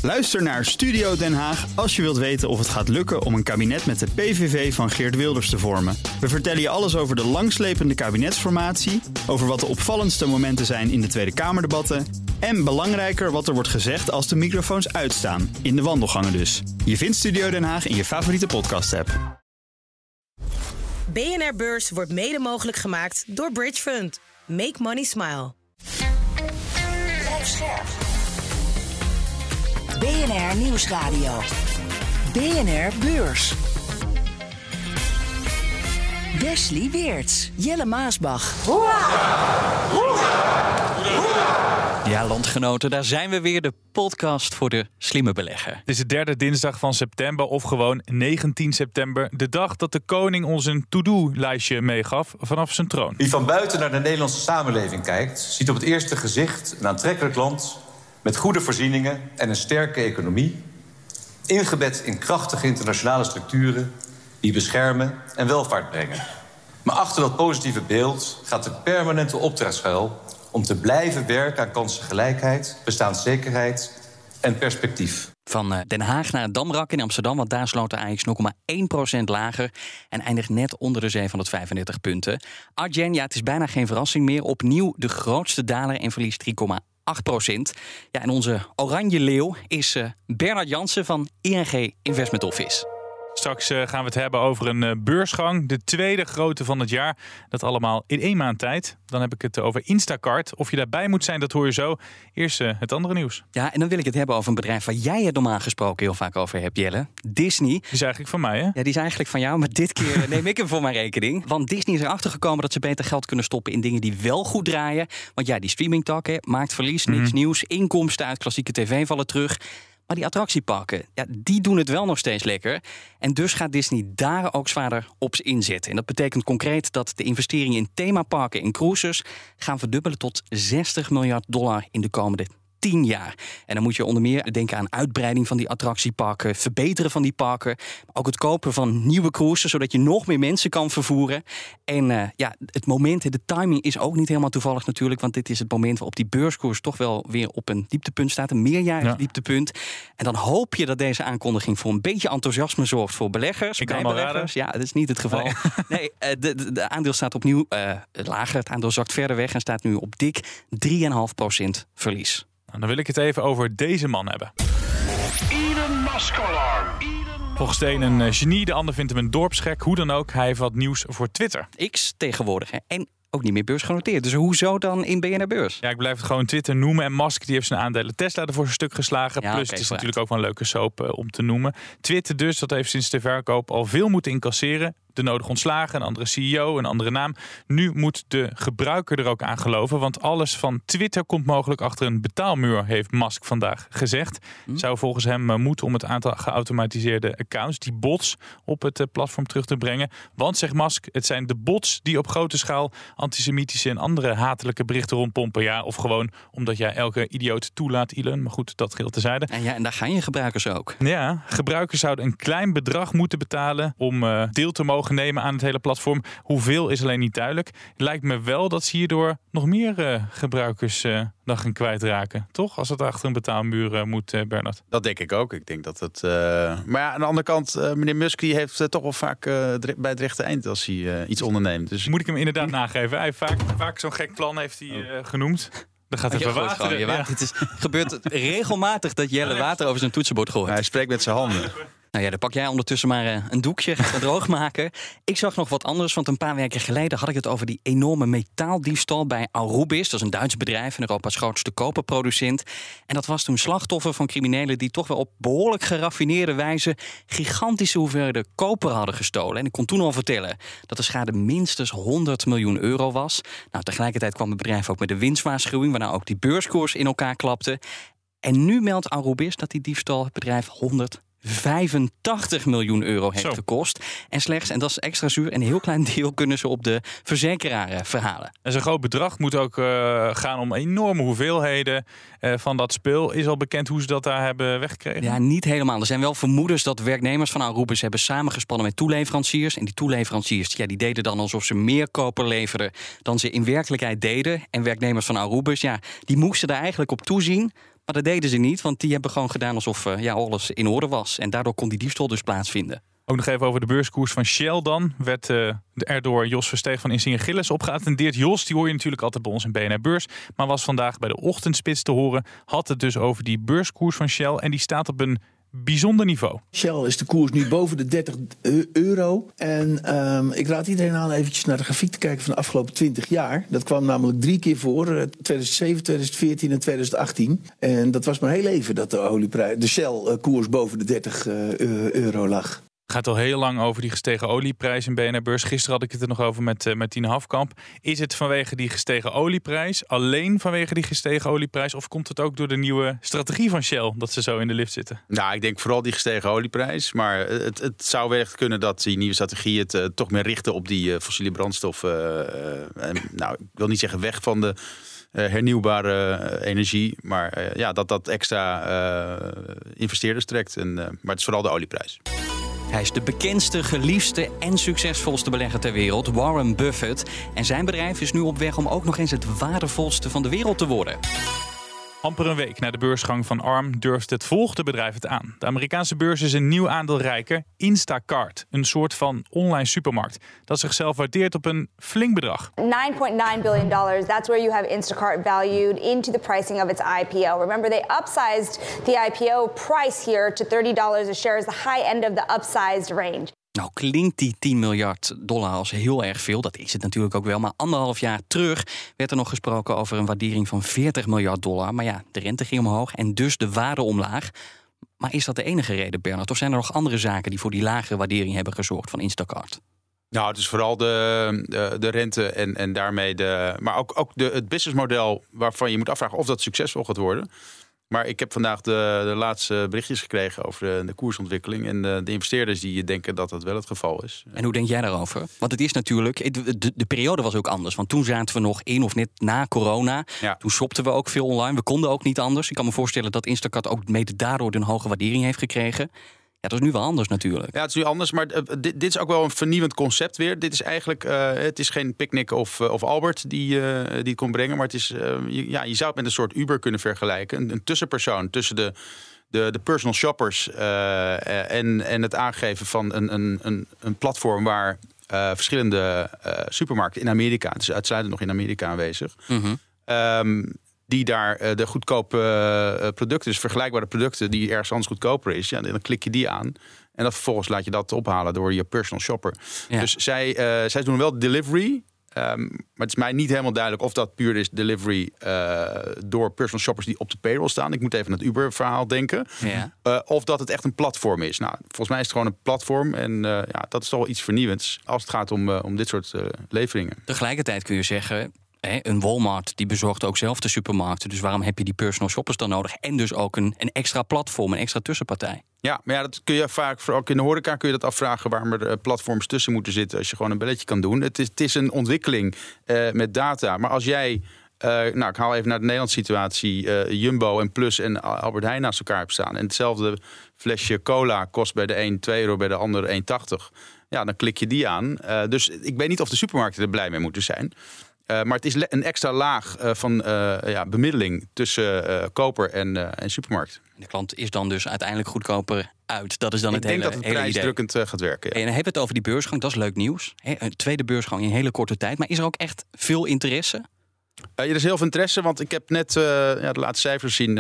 Luister naar Studio Den Haag als je wilt weten of het gaat lukken om een kabinet met de PVV van Geert Wilders te vormen. We vertellen je alles over de langslepende kabinetsformatie, over wat de opvallendste momenten zijn in de Tweede Kamerdebatten en belangrijker wat er wordt gezegd als de microfoons uitstaan, in de wandelgangen dus. Je vindt Studio Den Haag in je favoriete podcast-app. BNR Beurs wordt mede mogelijk gemaakt door Bridge Fund. Make money smile. Blijf scherp. BNR Nieuwsradio. BNR Beurs. Wesley Weerts. Jelle Maasbach. Ja, landgenoten, daar zijn we weer, de podcast voor de slimme belegger. Het is de derde dinsdag van september of gewoon 19 september. De dag dat de koning ons een to-do-lijstje meegaf vanaf zijn troon. Wie van buiten naar de Nederlandse samenleving kijkt, ziet op het eerste gezicht een aantrekkelijk land met goede voorzieningen en een sterke economie, ingebed in krachtige internationale structuren die beschermen en welvaart brengen. Maar achter dat positieve beeld gaat de permanente opdracht schuil om te blijven werken aan kansengelijkheid, bestaanszekerheid en perspectief. Van Den Haag naar Damrak in Amsterdam, want daar sloot de AX 0,1% lager en eindigt net onder de 735 punten. Adyen, ja, het is bijna geen verrassing meer. Opnieuw de grootste daler en verliest 3,8%. Ja, en onze oranje leeuw is Bernard Jansen van ING Investment Office. Straks gaan we het hebben over een beursgang. De tweede grote van het jaar. Dat allemaal in 1 maand tijd. Dan heb ik het over Instacart. Of je daarbij moet zijn, dat hoor je zo. Eerst het andere nieuws. Ja, en dan wil ik het hebben over een bedrijf waar jij het normaal gesproken heel vaak over hebt, Jelle. Disney. Die is eigenlijk van mij, hè? Ja, die is eigenlijk van jou, maar dit keer neem ik hem voor mijn rekening. Want Disney is erachter gekomen dat ze beter geld kunnen stoppen in dingen die wel goed draaien. Want ja, die streamingtak maakt verlies, niks nieuws. Inkomsten uit klassieke tv vallen terug. Maar die attractieparken, ja, die doen het wel nog steeds lekker. En dus gaat Disney daar ook zwaarder op inzetten. En dat betekent concreet dat de investeringen in themaparken en cruises gaan verdubbelen tot $60 miljard in de komende 10 jaar. En dan moet je onder meer denken aan uitbreiding van die attractieparken, verbeteren van die parken, maar ook het kopen van nieuwe cruises, zodat je nog meer mensen kan vervoeren. En het moment, de timing is ook niet helemaal toevallig natuurlijk, want dit is het moment waarop die beurskoers toch wel weer op een dieptepunt staat, een meerjarig dieptepunt. En dan hoop je dat deze aankondiging voor een beetje enthousiasme zorgt voor beleggers. Ik kan wel raden. Ja, dat is niet het geval. Nee, de aandeel staat opnieuw lager. Het aandeel zakt verder weg en staat nu op dik 3,5% verlies. Dan wil ik het even over deze man hebben. Elon Musk-alarm. Volgens de een een genie, de ander vindt hem een dorpsgek. Hoe dan ook, hij heeft wat nieuws voor Twitter. X tegenwoordig, hè? En ook niet meer beursgenoteerd. Dus hoezo dan in BNR Beurs? Ja, ik blijf het gewoon Twitter noemen. En Musk die heeft zijn aandelen Tesla ervoor een stuk geslagen. Ja, plus het is natuurlijk ook wel een leuke soap om te noemen. Twitter dus, dat heeft sinds de verkoop al veel moeten incasseren. De nodige ontslagen, een andere CEO, een andere naam. Nu moet de gebruiker er ook aan geloven. Want alles van Twitter komt mogelijk achter een betaalmuur, heeft Musk vandaag gezegd. Zou volgens hem moeten om het aantal geautomatiseerde accounts, die bots, op het platform terug te brengen. Want, zegt Musk, het zijn de bots die op grote schaal antisemitische en andere hatelijke berichten rondpompen. Ja, of gewoon omdat jij elke idioot toelaat, Elon. Maar goed, dat geldt terzijde. En daar gaan je gebruikers ook. Ja, gebruikers zouden een klein bedrag moeten betalen om deel te mogen nemen aan het hele platform. Hoeveel is alleen niet duidelijk. Het lijkt me wel dat ze hierdoor nog meer gebruikers dan gaan kwijtraken. Toch? Als het achter een betaalmuur moet, Bernard. Dat denk ik ook. Ik denk dat het... Maar ja, aan de andere kant, meneer Musk die heeft toch wel vaak bij het rechte eind als hij iets onderneemt. Dus moet ik hem inderdaad nageven. Hij heeft vaak zo'n gek plan heeft hij genoemd. Dan gaat even water. Ja. Het gebeurt regelmatig dat Jelle water over zijn toetsenbord gooit. Hij spreekt met zijn handen. Nou ja, dan pak jij ondertussen maar een doekje, gaat het droog maken. Ik zag nog wat anders, want een paar weken geleden had ik het over die enorme metaaldiefstal bij Aurubis. Dat is een Duits bedrijf en Europa's grootste koperproducent. En dat was toen slachtoffer van criminelen die toch wel op behoorlijk geraffineerde wijze gigantische hoeveelheden koper hadden gestolen. En ik kon toen al vertellen dat de schade minstens €100 miljoen was. Nou, tegelijkertijd kwam het bedrijf ook met de winstwaarschuwing, waarna ook die beurskoers in elkaar klapte. En nu meldt Aurubis dat die diefstal het bedrijf €185 miljoen heeft gekost. En slechts, en dat is extra zuur, een heel klein deel kunnen ze op de verzekeraar verhalen. En zo'n groot bedrag moet ook gaan om enorme hoeveelheden van dat spul. Is al bekend hoe ze dat daar hebben weggekregen? Ja, niet helemaal. Er zijn wel vermoedens dat werknemers van Aurubis hebben samengespannen met toeleveranciers. En die toeleveranciers die deden dan alsof ze meer koper leverden dan ze in werkelijkheid deden. En werknemers van Aurubis, die moesten daar eigenlijk op toezien. Maar dat deden ze niet, want die hebben gewoon gedaan alsof alles in orde was. En daardoor kon die diefstal dus plaatsvinden. Ook nog even over de beurskoers van Shell dan. Werd er door Jos Versteeg van Insigne Gillis opgeattendeerd. Jos, die hoor je natuurlijk altijd bij ons in BNR Beurs. Maar was vandaag bij de ochtendspits te horen. Had het dus over die beurskoers van Shell. En die staat op een bijzonder niveau. Shell is de koers nu boven de €30. En ik raad iedereen aan eventjes naar de grafiek te kijken van de afgelopen 20 jaar. Dat kwam namelijk 3 keer voor. 2007, 2014 en 2018. En dat was maar heel even dat de Shell-koers boven de €30 lag. Het gaat al heel lang over die gestegen olieprijs in BNR Beurs. Gisteren had ik het er nog over met Tine Hafkamp. Is het vanwege die gestegen olieprijs, alleen vanwege die gestegen olieprijs, of komt het ook door de nieuwe strategie van Shell dat ze zo in de lift zitten? Nou, ik denk vooral die gestegen olieprijs. Maar het zou wel echt kunnen dat die nieuwe strategie het toch meer richten op die fossiele brandstoffen. Ik wil niet zeggen weg van de hernieuwbare energie, maar dat extra investeerders trekt. Maar het is vooral de olieprijs. Hij is de bekendste, geliefdste en succesvolste belegger ter wereld, Warren Buffett. En zijn bedrijf is nu op weg om ook nog eens het waardevolste van de wereld te worden. Amper een week na de beursgang van ARM durft het volgende bedrijf het aan. De Amerikaanse beurs is een nieuw aandeel rijker, Instacart. Een soort van online supermarkt dat zichzelf waardeert op een flink bedrag. $9.9 billion, that's where you have Instacart valued into the pricing of its IPO. Remember, they upsized the IPO price here to $30 a share, is the high end of the upsized range. Nou klinkt die $10 miljard als heel erg veel. Dat is het natuurlijk ook wel. Maar 1,5 jaar terug werd er nog gesproken over een waardering van $40 miljard. Maar ja, de rente ging omhoog en dus de waarde omlaag. Maar is dat de enige reden, Bernard? Of zijn er nog andere zaken die voor die lagere waardering hebben gezorgd van Instacart? Nou, het is vooral de rente en daarmee maar ook het businessmodel waarvan je moet afvragen of dat succesvol gaat worden. Maar ik heb vandaag de laatste berichtjes gekregen over de koersontwikkeling. En de investeerders die denken dat dat wel het geval is. En hoe denk jij daarover? Want het is natuurlijk, de periode was ook anders. Want toen zaten we nog in of net na corona. Ja. Toen shopten we ook veel online. We konden ook niet anders. Ik kan me voorstellen dat Instacart ook mede daardoor een hoge waardering heeft gekregen. Ja, dat is nu wel anders natuurlijk. Ja, het is nu anders, maar dit is ook wel een vernieuwend concept weer. Dit is eigenlijk, het is geen Picnic of Albert die het kon brengen. Maar het is, je zou het met een soort Uber kunnen vergelijken. Een tussenpersoon tussen de personal shoppers en het aangeven van een platform waar verschillende supermarkten in Amerika, het is uitsluitend nog in Amerika aanwezig, die daar de goedkope producten, dus vergelijkbare producten die ergens anders goedkoper is, ja, dan klik je die aan. En dan vervolgens laat je dat ophalen door je personal shopper. Ja. Dus zij doen wel delivery. Maar het is mij niet helemaal duidelijk of dat puur is delivery door personal shoppers die op de payroll staan. Ik moet even aan het Uber-verhaal denken. Ja. Of dat het echt een platform is. Nou, volgens mij is het gewoon een platform. En dat is toch wel iets vernieuwends als het gaat om dit soort leveringen. Tegelijkertijd kun je zeggen, een Walmart die bezorgt ook zelf de supermarkten. Dus waarom heb je die personal shoppers dan nodig? En dus ook een extra platform, een extra tussenpartij. Ja, maar dat kun je vaak, ook in de horeca kun je dat afvragen waarom er platforms tussen moeten zitten als je gewoon een belletje kan doen. Het is een ontwikkeling met data. Maar als jij, ik haal even naar de Nederlandse situatie, Jumbo en Plus en Albert Heijn naast elkaar hebt staan. En hetzelfde flesje cola kost bij de een €2, bij de ander €1,80. Ja, dan klik je die aan. Dus ik weet niet of de supermarkten er blij mee moeten zijn. Maar het is een extra laag van bemiddeling tussen koper en supermarkt. De klant is dan dus uiteindelijk goedkoper uit. Dat is dan ik denk dat het prijsdrukkend gaat werken. Ja. En dan hebben we het over die beursgang. Dat is leuk nieuws. Een tweede beursgang in een hele korte tijd. Maar is er ook echt veel interesse? Er is heel veel interesse, want ik heb net de laatste cijfers gezien.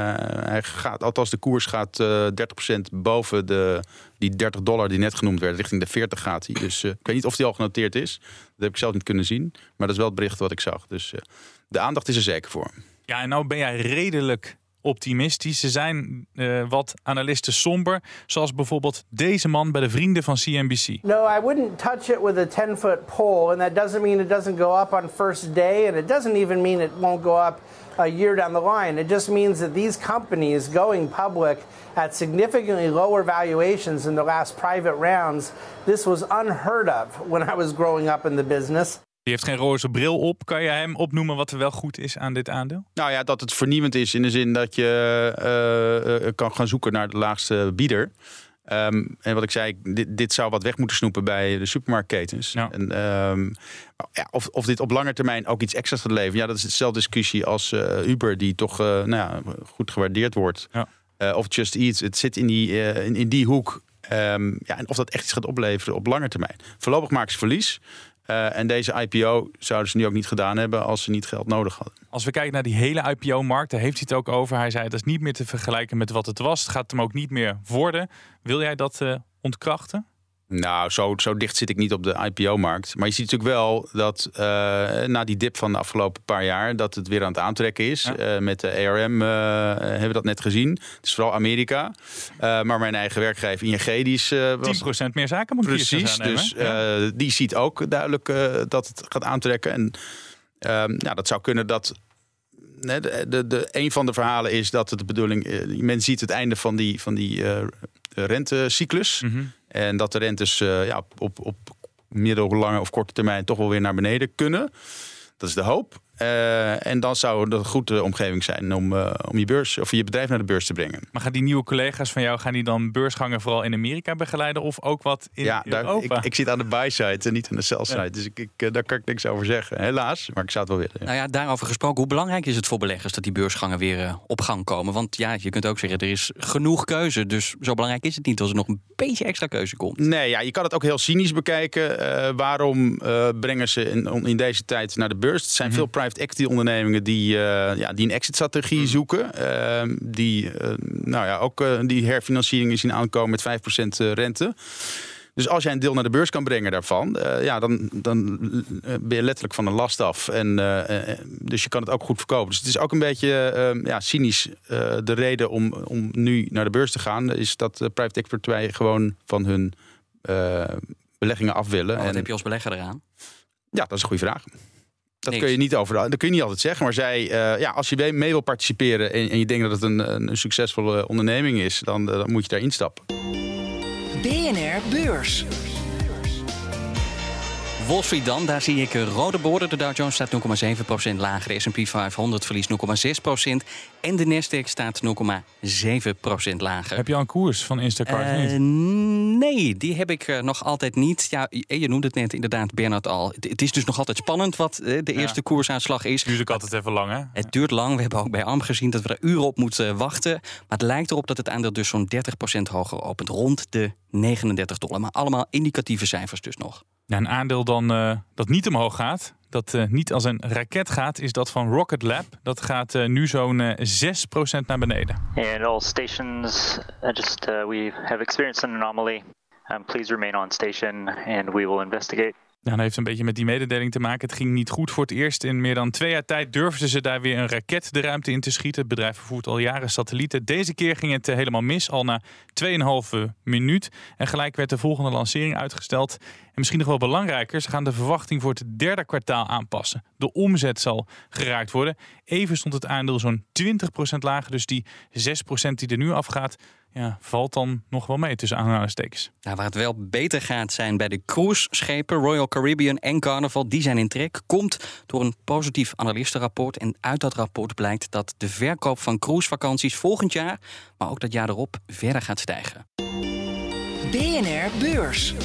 De koers gaat 30% boven die $30 die net genoemd werd. Richting de 40 gaat hij. Dus ik weet niet of die al genoteerd is. Dat heb ik zelf niet kunnen zien. Maar dat is wel het bericht wat ik zag. Dus de aandacht is er zeker voor. Ja, en nou ben jij redelijk optimistisch. Er zijn wat analisten somber, zoals bijvoorbeeld deze man bij de vrienden van CNBC. No, I wouldn't touch it with a 10-foot pole, and that doesn't mean it doesn't go up on first day, and it doesn't even mean it won't go up a year down the line. It just means that these companies going public at significantly lower valuations in the last private rounds, this was unheard of when I was growing up in the business. Die heeft geen roze bril op. Kan je hem opnoemen wat er wel goed is aan dit aandeel? Nou ja, dat het vernieuwend is in de zin dat je kan gaan zoeken naar de laagste bieder. En wat ik zei, dit zou wat weg moeten snoepen bij de supermarktketens. Ja. En, of dit op lange termijn ook iets extra's gaat leveren. Ja, dat is dezelfde discussie als Uber, die toch goed gewaardeerd wordt. Ja. Of Just Eat. Het zit in die hoek. En of dat echt iets gaat opleveren op lange termijn. Voorlopig maken ze verlies. En deze IPO zouden ze nu ook niet gedaan hebben als ze niet geld nodig hadden. Als we kijken naar die hele IPO-markt, daar heeft hij het ook over. Hij zei, dat is niet meer te vergelijken met wat het was. Het gaat hem ook niet meer worden. Wil jij dat ontkrachten? Nou, zo dicht zit ik niet op de IPO-markt. Maar je ziet natuurlijk wel dat na die dip van de afgelopen paar jaar, dat het weer aan het aantrekken is. Ja. Met de ARM hebben we dat net gezien. Het is vooral Amerika. Maar mijn eigen werkgever ING, die is 10% meer zaken moet precies. Dus die ziet ook duidelijk dat het gaat aantrekken. En dat zou kunnen dat. Een van de verhalen is dat het de bedoeling. Men ziet het einde van die rentecyclus. Mm-hmm. En dat de rentes op middellange of korte termijn toch wel weer naar beneden kunnen. Dat is de hoop. En dan zou het een goede omgeving zijn om je beurs of je bedrijf naar de beurs te brengen. Maar gaan die nieuwe collega's van jou, gaan die dan beursgangen vooral in Amerika begeleiden of ook wat in Europa? Ik zit aan de buy-side en niet aan de sell-side. Ja. Dus daar kan ik niks over zeggen. Helaas, maar ik zou het wel willen. Ja. Nou ja, daarover gesproken, hoe belangrijk is het voor beleggers dat die beursgangen weer op gang komen? Want ja, je kunt ook zeggen, er is genoeg keuze. Dus zo belangrijk is het niet als er nog een beetje extra keuze komt. Nee, je kan het ook heel cynisch bekijken. Waarom brengen ze in deze tijd naar de beurs? Het zijn veel private equity ondernemingen die een exit-strategie zoeken. Die herfinanciering is zien aankomen met 5% rente. Dus als jij een deel naar de beurs kan brengen daarvan, dan ben je letterlijk van een last af. Dus je kan het ook goed verkopen. Dus het is ook een beetje cynisch. De reden om nu naar de beurs te gaan is dat private equity gewoon van hun beleggingen af willen. Wat heb je als belegger eraan? Ja, dat is een goede vraag. Dat kun je niet dat kun je niet altijd zeggen. Maar als je mee wil participeren en je denkt dat het een succesvolle onderneming is, dan moet je daar instappen. BNR Beurs. Wall Street dan, daar zie ik rode borden. De Dow Jones staat 0,7% lager. De S&P 500 verliest 0,6%. En de Nasdaq staat 0,7% lager. Heb je al een koers van Instacart? Nee, die heb ik nog altijd niet. Ja, je noemde het net inderdaad, Bernard, al. Het is dus nog altijd spannend wat de eerste koersuitslag is. Het duurt ook altijd even lang, hè? Het duurt lang. We hebben ook bij ARM gezien dat we er uren op moeten wachten. Maar het lijkt erop dat het aandeel dus zo'n 30% hoger opent. Rond de $39. Maar allemaal indicatieve cijfers dus nog. Ja, een aandeel dan dat niet omhoog gaat, dat niet als een raket gaat, is dat van Rocket Lab. Dat gaat nu zo'n 6% naar beneden. And all stations, we have experienced an anomaly. Please remain on station and we will investigate. Nou, dat heeft een beetje met die mededeling te maken. Het ging niet goed voor het eerst. In meer dan 2 jaar tijd durfden ze daar weer een raket de ruimte in te schieten. Het bedrijf vervoert al jaren satellieten. Deze keer ging het helemaal mis, al na 2,5 minuut. En gelijk werd de volgende lancering uitgesteld. En misschien nog wel belangrijker, ze gaan de verwachting voor het 3e kwartaal aanpassen. De omzet zal geraakt worden. Even stond het aandeel zo'n 20% lager. Dus die 6% die er nu afgaat, valt dan nog wel mee tussen aanhalingstekens. Nou, waar het wel beter gaat zijn bij de cruiseschepen, Royal Caribbean en Carnival, die zijn in trek. Komt door een positief analistenrapport. En uit dat rapport blijkt dat de verkoop van cruisevakanties volgend jaar, maar ook dat jaar erop, verder gaat stijgen. BNR Beurs.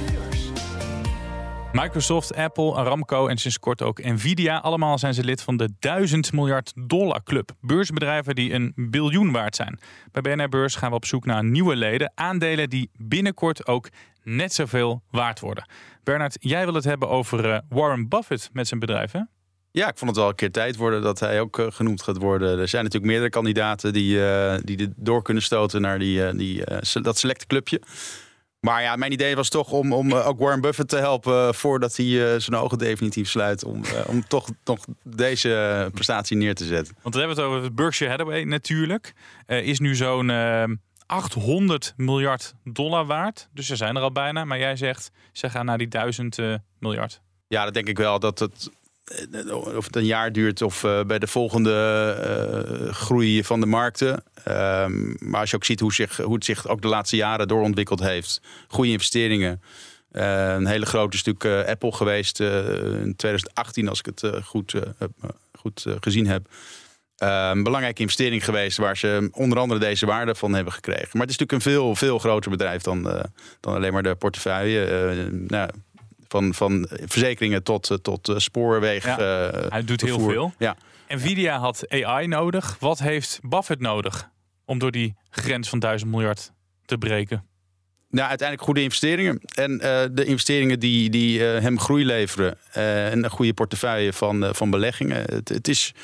Microsoft, Apple, Aramco en sinds kort ook Nvidia. Allemaal zijn ze lid van de $1000 miljard club. Beursbedrijven die $1 biljoen waard zijn. Bij BNR Beurs gaan we op zoek naar nieuwe leden. Aandelen die binnenkort ook net zoveel waard worden. Bernard, jij wil het hebben over Warren Buffett met zijn bedrijf, hè? Ja, ik vond het wel een keer tijd worden dat hij ook genoemd gaat worden. Er zijn natuurlijk meerdere kandidaten die door kunnen stoten naar dat selecte clubje. Maar ja, mijn idee was toch om ook Warren Buffett te helpen voordat hij zijn ogen definitief sluit. Om toch deze prestatie neer te zetten. Want we hebben het over Berkshire Hathaway natuurlijk. Is nu zo'n $800 miljard waard. Dus ze zijn er al bijna. Maar jij zegt, ze gaan naar die 1000 miljard. Ja, dat denk ik wel. Of het een jaar duurt of bij de volgende groei van de markten. Maar als je ook ziet hoe het zich ook de laatste jaren doorontwikkeld heeft. Goede investeringen. Een hele grote stuk Apple geweest in 2018, als ik het goed gezien heb. Een belangrijke investering geweest waar ze onder andere deze waarde van hebben gekregen. Maar het is natuurlijk een veel, veel groter bedrijf dan alleen maar de portefeuille. Van verzekeringen tot spoorweg. Hij doet heel veel. Ja. Nvidia had AI nodig. Wat heeft Buffett nodig om door die grens van 1000 miljard te breken? Nou, uiteindelijk goede investeringen. En de investeringen die hem groei leveren. En een goede portefeuille van beleggingen. Het is...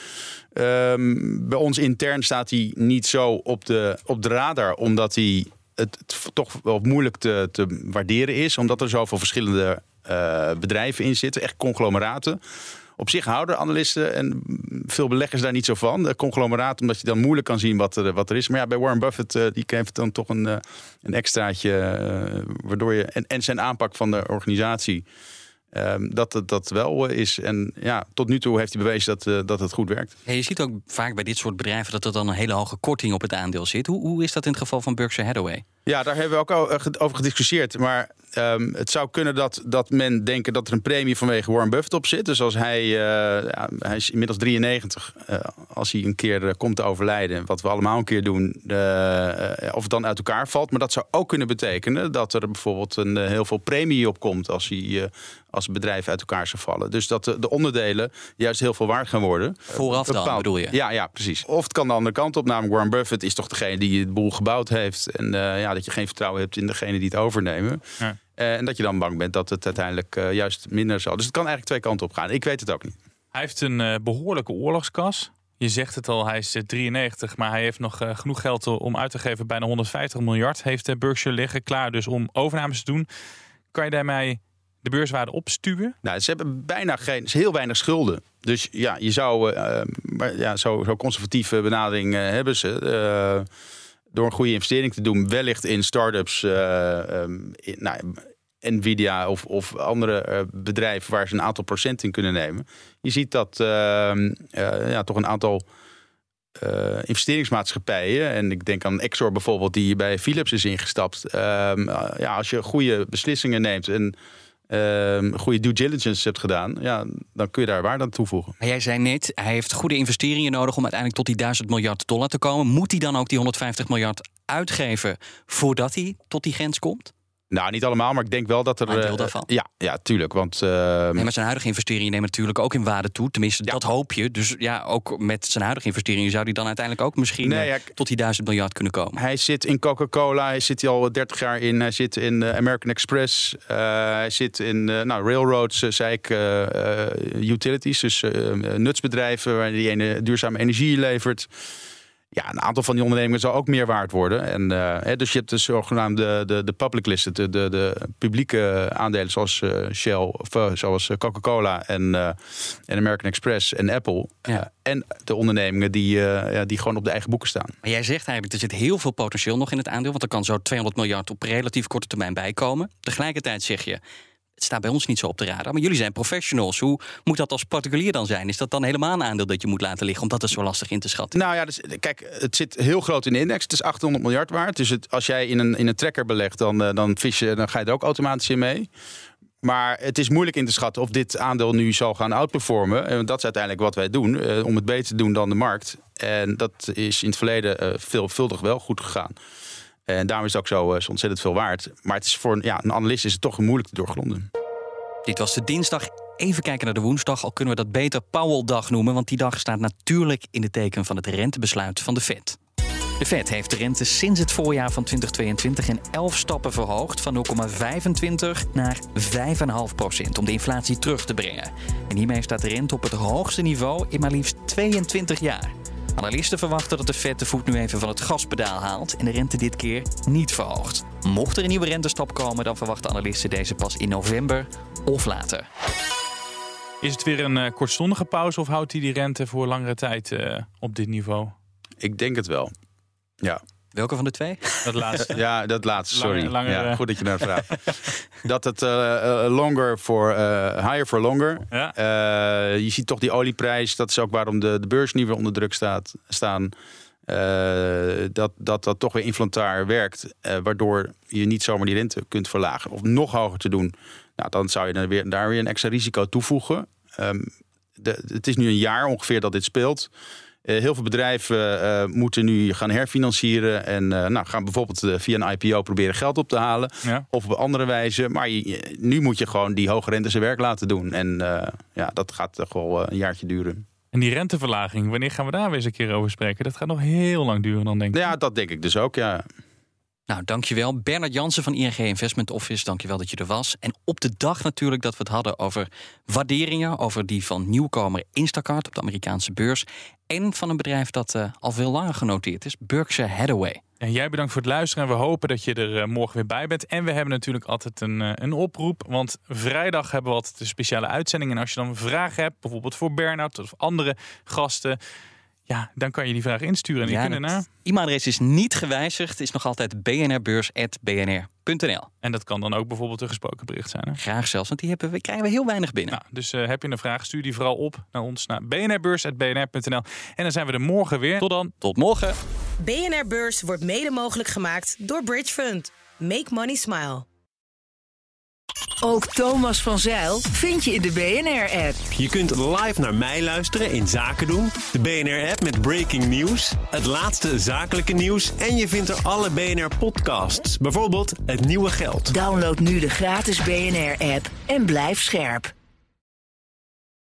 bij ons intern staat hij niet zo op de radar. Omdat hij het toch wel moeilijk te waarderen is. Omdat er zoveel verschillende bedrijven in zitten. Echt conglomeraten. Op zich houden analisten en veel beleggers daar niet zo van. De conglomeraat, omdat je dan moeilijk kan zien wat er is. Maar ja, bij Warren Buffett, die heeft dan toch een extraatje. Waardoor je. En zijn aanpak van de organisatie. Dat wel is. En ja, tot nu toe heeft hij bewezen dat het goed werkt. Ja, je ziet ook vaak bij dit soort bedrijven dat er dan een hele hoge korting op het aandeel zit. Hoe is dat in het geval van Berkshire Hathaway? Ja, daar hebben we ook over gediscussieerd. Maar het zou kunnen dat men denkt dat er een premie vanwege Warren Buffett op zit. Dus als hij is inmiddels 93. Als hij een keer komt te overlijden, wat we allemaal een keer doen, of het dan uit elkaar valt. Maar dat zou ook kunnen betekenen dat er bijvoorbeeld heel veel premie op komt als het bedrijf uit elkaar zou vallen. Dus dat de onderdelen juist heel veel waard gaan worden. Vooraf dan, bedoel je? Ja, precies. Of het kan de andere kant op. Namelijk Warren Buffett is toch degene die het boel gebouwd heeft. En dat je geen vertrouwen hebt in degene die het overnemen. Ja. En dat je dan bang bent dat het uiteindelijk juist minder zal. Dus het kan eigenlijk twee kanten op gaan. Ik weet het ook niet. Hij heeft een behoorlijke oorlogskas. Je zegt het al, hij is 93, maar hij heeft nog genoeg geld om uit te geven. Bijna 150 miljard heeft Berkshire liggen. Klaar dus om overnames te doen. Kan je daarmee de beurswaarde opstuwen? Nou, ze hebben heel weinig schulden. Dus ja, je zou zo conservatieve benadering hebben ze. Door een goede investering te doen, wellicht in start-ups, Nvidia of andere bedrijven waar ze een aantal procent in kunnen nemen. Je ziet dat toch een aantal investeringsmaatschappijen, en ik denk aan Exor bijvoorbeeld, die bij Philips is ingestapt. Als je goede beslissingen neemt en goede due diligence hebt gedaan, dan kun je daar waarde aan toevoegen. Maar jij zei net, hij heeft goede investeringen nodig om uiteindelijk tot die $1000 miljard te komen. Moet hij dan ook die 150 miljard uitgeven voordat hij tot die grens komt? Nou, niet allemaal, maar ik denk wel dat er... Een deel daarvan? Ja, tuurlijk. Want, met zijn huidige investeringen nemen natuurlijk ook in waarde toe. Tenminste, dat hoop je. Dus ja, ook met zijn huidige investeringen zou hij dan uiteindelijk ook misschien tot die 1000 miljard kunnen komen. Hij zit in Coca-Cola, hij zit hier al 30 jaar in. Hij zit in American Express. Hij zit in railroads, zei ik, utilities. Dus nutsbedrijven waar die duurzame energie levert. Ja, een aantal van die ondernemingen zal ook meer waard worden. En, dus je hebt de zogenaamde de public listed, de publieke aandelen zoals Shell, of zoals Coca-Cola en American Express en Apple. Ja. En de ondernemingen die gewoon op de eigen boeken staan. Maar jij zegt eigenlijk, er zit heel veel potentieel nog in het aandeel, want er kan zo 200 miljard op relatief korte termijn bijkomen. Tegelijkertijd zeg je, het staat bij ons niet zo op de radar, maar jullie zijn professionals. Hoe moet dat als particulier dan zijn? Is dat dan helemaal een aandeel dat je moet laten liggen, omdat het zo lastig in te schatten? Nou ja, dus, kijk, het zit heel groot in de index. Het is 800 miljard waard. Dus als jij in een tracker belegt, dan ga je er ook automatisch in mee. Maar het is moeilijk in te schatten of dit aandeel nu zal gaan outperformen. En dat is uiteindelijk wat wij doen, om het beter te doen dan de markt. En dat is in het verleden veelvuldig wel goed gegaan. En daarom is het ook zo ontzettend veel waard. Maar het is voor een analist is het toch moeilijk te doorgronden. Dit was de dinsdag. Even kijken naar de woensdag. Al kunnen we dat beter Powell-dag noemen. Want die dag staat natuurlijk in het teken van het rentebesluit van de Fed. De Fed heeft de rente sinds het voorjaar van 2022 in 11 stappen verhoogd. Van 0,25 naar 5,5% om de inflatie terug te brengen. En hiermee staat de rente op het hoogste niveau in maar liefst 22 jaar. Analisten verwachten dat de Fed de voet nu even van het gaspedaal haalt en de rente dit keer niet verhoogt. Mocht er een nieuwe rentestap komen, dan verwachten analisten deze pas in november of later. Is het weer een kortstondige pauze of houdt hij die rente voor langere tijd op dit niveau? Ik denk het wel, ja. Welke van de twee? Dat laatste. Ja, dat laatste, sorry. Langer, goed dat je naar vraagt. Dat het higher for longer. Ja. Je ziet toch die olieprijs. Dat is ook waarom de beurs nu weer onder druk staan. Dat toch weer inflationair werkt. Waardoor je niet zomaar die rente kunt verlagen. Of nog hoger te doen. Nou, dan zou je daar weer een extra risico toevoegen. Het is nu een jaar ongeveer dat dit speelt. Heel veel bedrijven moeten nu gaan herfinancieren en gaan bijvoorbeeld via een IPO proberen geld op te halen. Ja. Of op andere wijze. Maar nu moet je gewoon die hoge rente zijn werk laten doen. En dat gaat toch wel een jaartje duren. En die renteverlaging, wanneer gaan we daar weer eens een keer over spreken? Dat gaat nog heel lang duren dan, denk ik. Ja, dat denk ik dus ook, ja. Nou, dankjewel. Bernard Jansen van ING Investment Office, dankjewel dat je er was. En op de dag natuurlijk dat we het hadden over waarderingen, over die van nieuwkomer Instacart op de Amerikaanse beurs. En van een bedrijf dat al veel langer genoteerd is, Berkshire Hathaway. En jij bedankt voor het luisteren en we hopen dat je er morgen weer bij bent. En we hebben natuurlijk altijd een oproep, want vrijdag hebben we altijd een speciale uitzending. En als je dan vragen hebt, bijvoorbeeld voor Bernard of andere gasten, ja, dan kan je die vraag insturen. En die kunnen naar... E-mailadres is niet gewijzigd, is nog altijd bnrbeurs@bnr.nl. En dat kan dan ook bijvoorbeeld een gesproken bericht zijn. Hè? Graag zelfs, want die krijgen we heel weinig binnen. Nou, dus heb je een vraag, stuur die vooral op naar ons, naar bnrbeurs@bnr.nl. En dan zijn we er morgen weer. Tot dan. Tot morgen. BNR Beurs wordt mede mogelijk gemaakt door Bridge Fund. Make money smile. Ook Thomas van Zijl vind je in de BNR-app. Je kunt live naar mij luisteren in Zaken doen. De BNR-app met breaking news, het laatste zakelijke nieuws en je vindt er alle BNR-podcasts. Bijvoorbeeld Het Nieuwe Geld. Download nu de gratis BNR-app en blijf scherp.